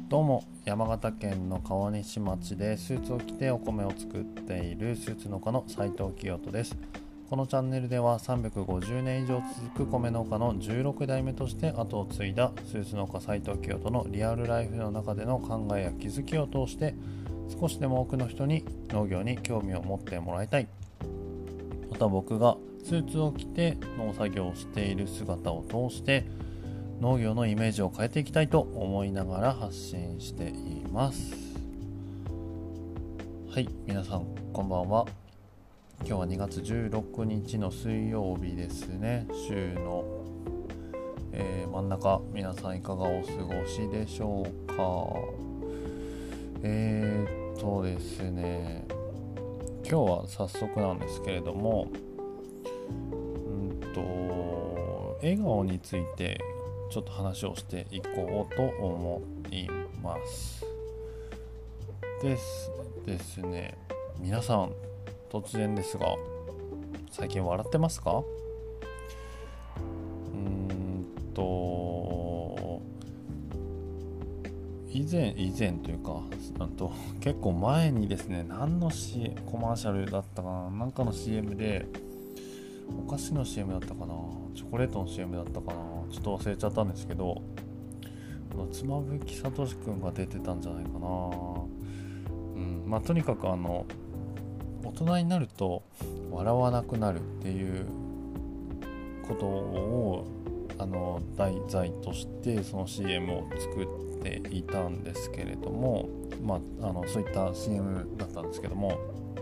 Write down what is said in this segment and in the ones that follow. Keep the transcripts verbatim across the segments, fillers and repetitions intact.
どうも、山形県の川西町でスーツを着てお米を作っているスーツ農家の斉藤清人です。このチャンネルではさんびゃくごじゅうねん以上続く米農家のじゅうろくだいめとして後を継いだスーツ農家斉藤清人のリアルライフの中での考えや気づきを通して少しでも多くの人に農業に興味を持ってもらいたい、また僕がスーツを着て農作業をしている姿を通して農業のイメージを変えていきたいと思いながら発信しています。はい、皆さんこんばんは。今日はにがつじゅうろくにちの水曜日ですね。週の、えー、真ん中、皆さんいかがお過ごしでしょうか。えーっとですね今日は早速なんですけれどもうんと笑顔についてちょっと話をしていこうと思います。ですですね皆さん突然ですが最近笑ってますか？うーんと以前以前というかなんと結構前にですね何の C コマーシャルだったかななんかの シーエム でお菓子の シーエム だったかなチョコレートの シーエム だったかなちょっと忘れちゃったんですけど妻夫木聡くんが出てたんじゃないかな。うんまあとにかくあの大人になると笑わなくなるっていうことをあの題材としてその シーエム を作っていたんですけれども、まあ、あのそういった シーエム だったんですけども、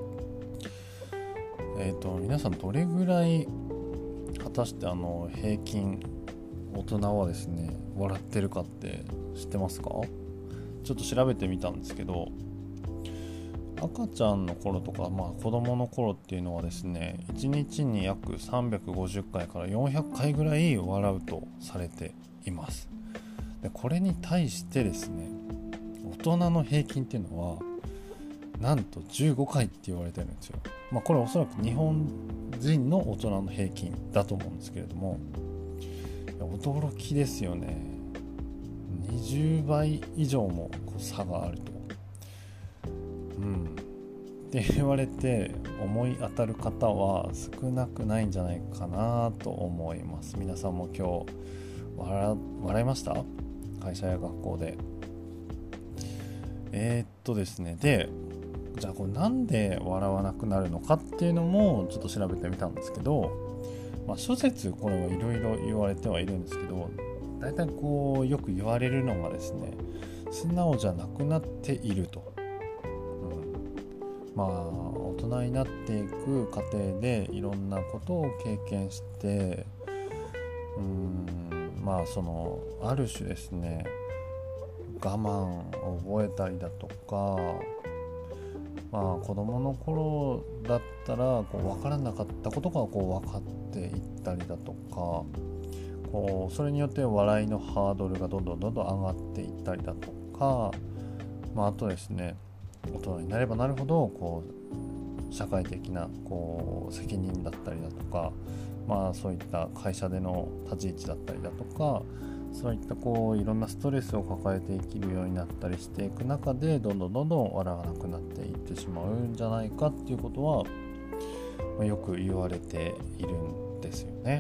えーと、皆さんどれぐらい果たしてあの平均大人はですね笑ってるかって知ってますか？ちょっと調べてみたんですけど赤ちゃんの頃とか、まあ、子供の頃っていうのはですねいちにちに約さんびゃくごじゅっかいからよんひゃっかいぐらい笑うとされています。でこれに対してですね大人の平均っていうのはなんとじゅうごかいって言われてるんですよ。まあこれおそらく日本人の大人の平均だと思うんですけれども驚きですよね。にじゅうばい以上もこう差があるとうんって言われて思い当たる方は少なくないんじゃないかなと思います。皆さんも今日 笑, 笑いました？会社や学校でえー、っとですねでじゃあこれなんで笑わなくなるのかっていうのもちょっと調べてみたんですけど、まあ、諸説これはいろいろ言われてはいるんですけどだいたいこうよく言われるのがですね素直じゃなくなっていると、うん、まあ大人になっていく過程でいろんなことを経験してうーんまあそのある種ですね我慢を覚えたりだとかまあ子供の頃だったらこう分からなかったことがこう分かっていったりだとかこうそれによって笑いのハードルがどんどんどんどん上がっていったりだとか、まあ、あとですね大人になればなるほどこう社会的なこう責任だったりだとか、まあ、そういった会社での立ち位置だったりだとかそういったこういろんなストレスを抱えて生きるようになったりしていく中でどんどんどんどん笑わなくなっていってしまうんじゃないかっていうことは、まあ、よく言われているんですよね。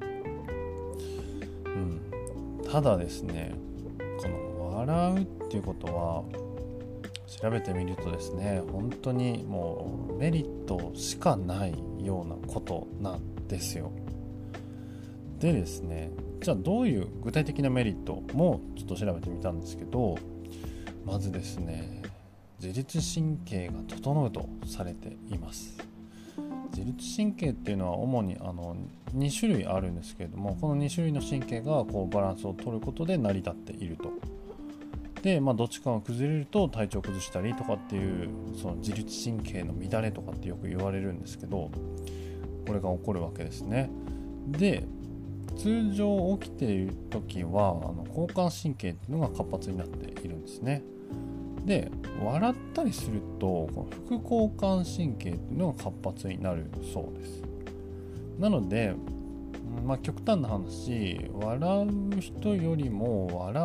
うん、ただですねこの笑うっていうことは調べてみるとですね本当にもうメリットしかないようなことなんですよ。でですねじゃあどういう具体的なメリットもちょっと調べてみたんですけどまずですね自律神経が整うとされています。自律神経っていうのは主にあのにしゅるいあるんですけれどもこのにしゅるいの神経がこうバランスを取ることで成り立っていると。で、まあ、どっちかが崩れると体調を崩したりとかっていうその自律神経の乱れとかってよく言われるんですけどこれが起こるわけですね。で通常起きている時はあの交感神経っていうのが活発になっているんですね。で笑ったりするとこの副交感神経っていうのが活発になるそうです。なので、まあ、極端な話笑う人よりも笑っ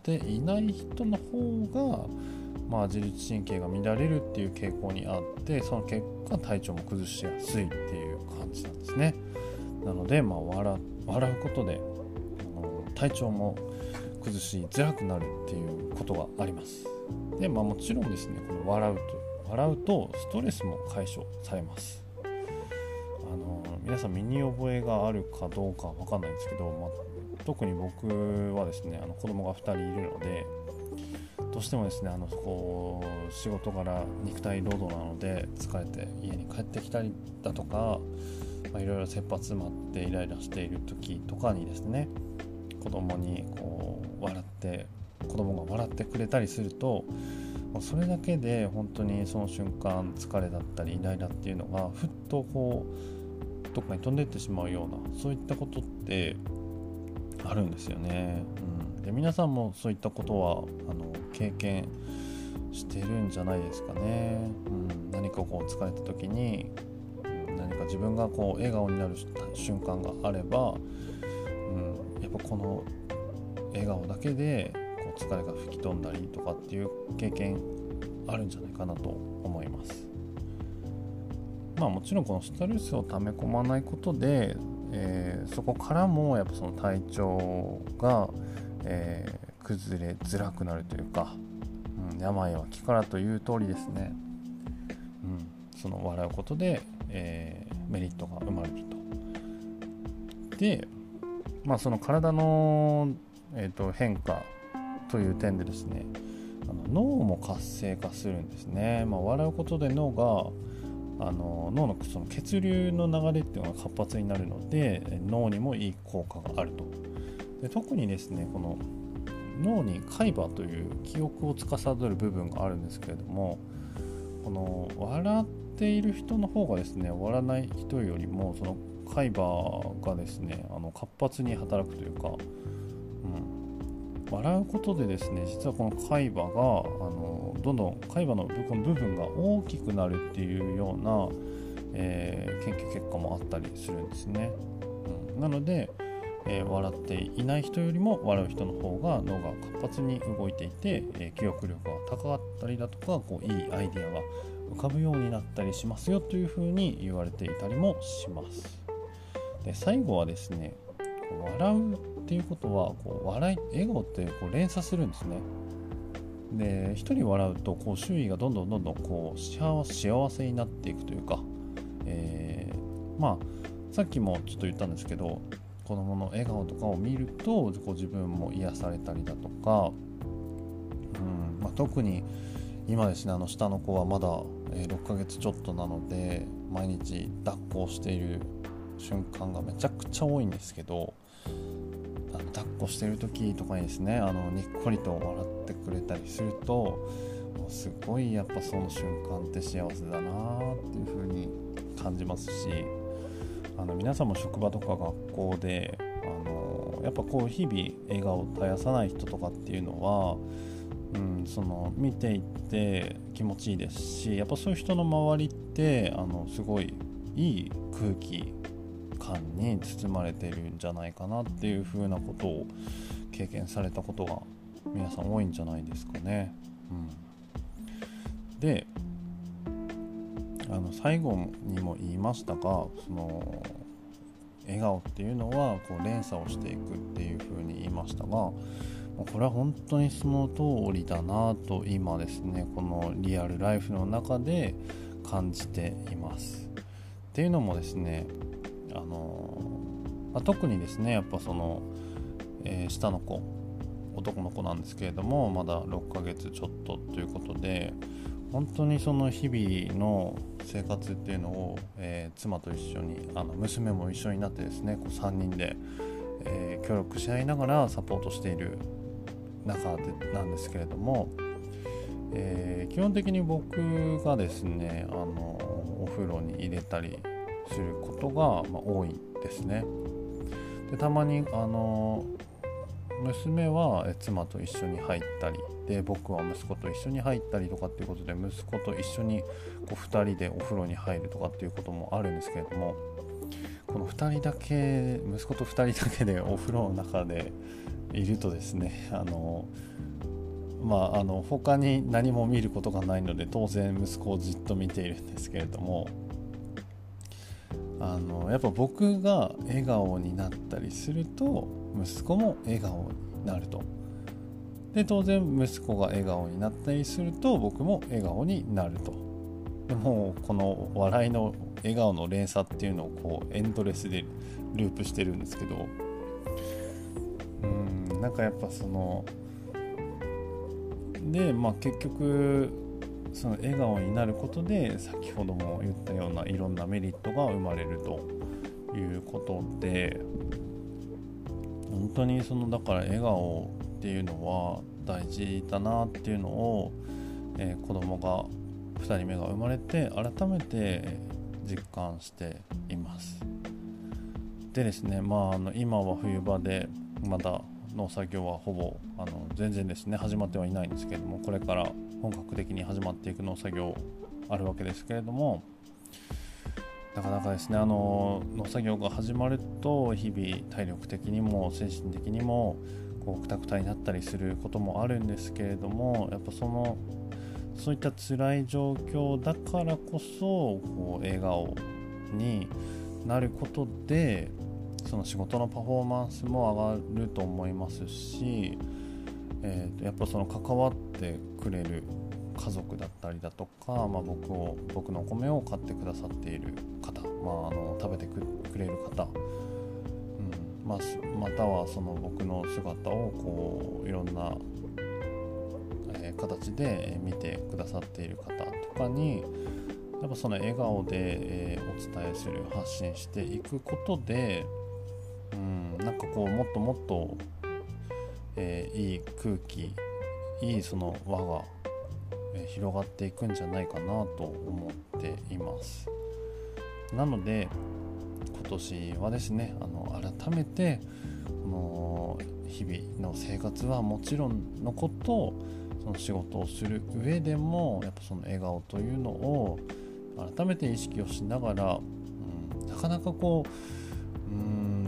っていない人の方が、まあ、自律神経が乱れるっていう傾向にあって、その結果体調も崩しやすいっていう感じなんですね。なので、まあ、笑, 笑うことであの体調も崩しづらくなるっていうことがあります。で、まあ、もちろんですね、この笑うと笑うとストレスも解消されます。あの皆さん身に覚えがあるかどうかわかんないんですけど、まあ、特に僕はですね、あの子供がふたりいるので、どうしてもですね、あのこう仕事柄肉体労働なので疲れて家に帰ってきたりだとか、まあ、いろいろ切羽詰まってイライラしている時とかにですね、子供にこう笑って子供が笑ってくれたりすると、それだけで本当にその瞬間疲れだったりイライラっていうのがふっとこうどこかに飛んでいってしまうような、そういったことってあるんですよね、うん、で皆さんもそういったことはあの経験してるんじゃないですかね、うん、何かこう疲れた時に何か自分がこう笑顔になる瞬間があれば、うん、やっぱこの笑顔だけでこう疲れが吹き飛んだりとかっていう経験あるんじゃないかなと思います。まあもちろんこのストレスを溜め込まないことで、えー、そこからもやっぱその体調が、えー、崩れづらくなるというか、うん、病は気からという通りですね、うん、その笑うことで、えー、メリットが生まれると。で、まあその体の、えーと、変化という点でですね、あの脳も活性化するんですね。まあ、笑うことで脳があの脳のその血流の流れっていうのが活発になるので、脳にもいい効果があると。で、特にですね、この脳に海馬という記憶を司る部分があるんですけれども、この笑っている人の方がですね、笑わない人よりもその海馬がですね、あの活発に働くというか、うん、笑うことでですね、実はこの海馬があのどんどん海馬の部分部分が大きくなるっていうような、えー、研究結果もあったりするんですね、うん、なので、えー、笑っていない人よりも笑う人の方が脳が活発に動いていて、えー、記憶力が高かったりだとか、こういいアイデアが浮かぶようになったりしますよというふうに言われていたりもします。で、最後はですね、笑うっていうことはこう笑い笑顔ってこう連鎖するんですね。で、一人笑うとこう周囲がどんどんどんどんこう幸せ、幸せになっていくというか、えー、まあさっきもちょっと言ったんですけど、子供の笑顔とかを見るとこう自分も癒されたりだとか、うんまあ、特に今ですね、あの下の子はまだろっかげつちょっとなので、毎日抱っこをしている瞬間がめちゃくちゃ多いんですけど、あの抱っこしてる時とかにですね、あのにっこりと笑ってくれたりすると、もうすごいやっぱその瞬間って幸せだなっていう風に感じますし、あの皆さんも職場とか学校であのやっぱこう日々笑顔を絶やさない人とかっていうのは、うん、その見ていて気持ちいいですし、やっぱそういう人の周りってあのすごいいい空気感に包まれてるんじゃないかなっていう風なことを経験されたことが皆さん多いんじゃないですかね、うん、で、あの最後にも言いましたが、その笑顔っていうのはこう連鎖をしていくっていう風に言いましたが、これは本当にその通りだなと今ですね、このリアルライフの中で感じています。っていうのもですね、あのまあ、特にですね、やっぱその、えー、下の子男の子なんですけれども、まだろっかげつちょっとということで、本当にその日々の生活っていうのを、えー、妻と一緒に、あの娘も一緒になってですね、こうさんにんで、えー、協力し合いながらサポートしている中でなんですけれども、えー、基本的に僕がですね、あのお風呂に入れたりすることが、まあ、多いですね。で、たまにあの娘は妻と一緒に入ったりで、僕は息子と一緒に入ったりとかっていうことで、息子と一緒にこうふたりでお風呂に入るとかっていうこともあるんですけれども、このふたりだけ息子とふたりだけでお風呂の中で、 いるとですね、あのまああの他に何も見ることがないので当然息子をじっと見ているんですけれども、あのやっぱ僕が笑顔になったりすると息子も笑顔になると。で当然息子が笑顔になったりすると僕も笑顔になると。でもこの笑いの笑顔の連鎖っていうのをこうエンドレスでループしてるんですけど、うーんなんかやっぱそのでまあ結局その笑顔になることで先ほども言ったようないろんなメリットが生まれるということで、本当にそのだから笑顔っていうのは大事だなっていうのを、えー、子供がふたりめが生まれて改めて実感しています。でですね、まあ、あの今は冬場でまだ農作業はほぼあの全然ですね始まってはいないんですけれども、これから本格的に始まっていく農作業あるわけですけれども、なかなかですねあの農作業が始まると日々体力的にも精神的にもこうクタクタになったりすることもあるんですけれども、やっぱそのそういった辛い状況だからこそこう笑顔になることでその仕事のパフォーマンスも上がると思いますし、えー、とやっぱその関わってくれる家族だったりだとか、まあ、僕を僕のお米を買ってくださっている方、まあ、あの食べて く, くれる方、うんまあ、またはその僕の姿をこういろんな、えー、形で見てくださっている方とかにやっぱその笑顔で、えー、お伝えする発信していくことで、うん、なんかこうもっともっと、えー、いい空気いいその輪が、えー、広がっていくんじゃないかなと思っています。なので今年はですねあの改めてこの日々の生活はもちろんのことその仕事をする上でもやっぱその笑顔というのを改めて意識をしながら、うん、なかなかこう、うん、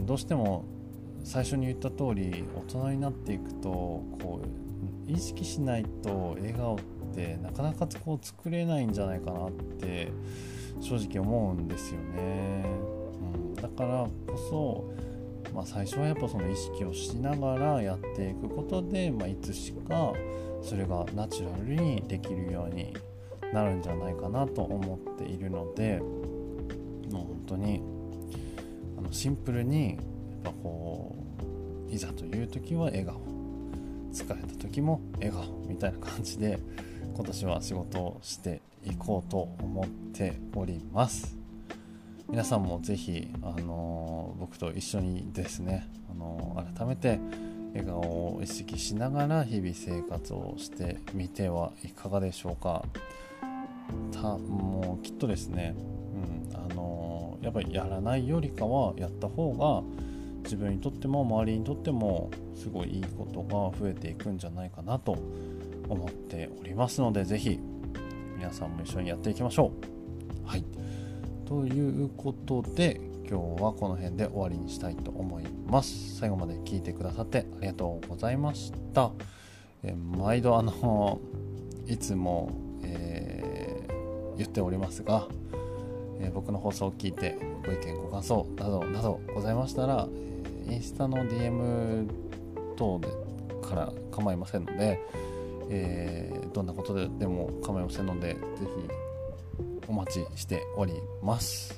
どうしても最初に言った通り大人になっていくとこう意識しないと笑顔ってなかなかこう作れないんじゃないかなって正直思うんですよね、うん、だからこそ、まあ、最初はやっぱその意識をしながらやっていくことで、まあ、いつしかそれがナチュラルにできるようになるんじゃないかなと思っているので、もう本当にあのシンプルにやっぱこういざという時は笑顔、疲れた時も笑顔みたいな感じで今年は仕事をしていこうと思っております。皆さんもぜひ、あのー、僕と一緒にですね、あのー、改めて笑顔を意識しながら日々生活をしてみてはいかがでしょうか。たもうきっとですね、うんあのー、やっぱりやらないよりかはやった方が自分にとっても周りにとってもすごいいいことが増えていくんじゃないかなと思っておりますので、ぜひ皆さんも一緒にやっていきましょう。はい、ということで今日はこの辺で終わりにしたいと思います。最後まで聞いてくださってありがとうございました。え毎度あのいつも、えー、言っておりますが、えー、僕の放送を聞いてご意見ご感想などなどございましたら、えー、インスタの ディーエム 等でから構いませんので、えー、どんなことででも構いませんので、ぜひお待ちしております。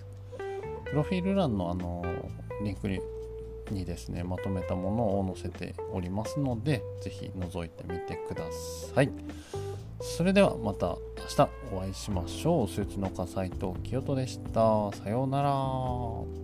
プロフィール欄のあのリンクににですねまとめたものを載せておりますので、ぜひ覗いてみてください。それではまた明日お会いしましょう。スーツ農家斉藤清人でした。さようなら。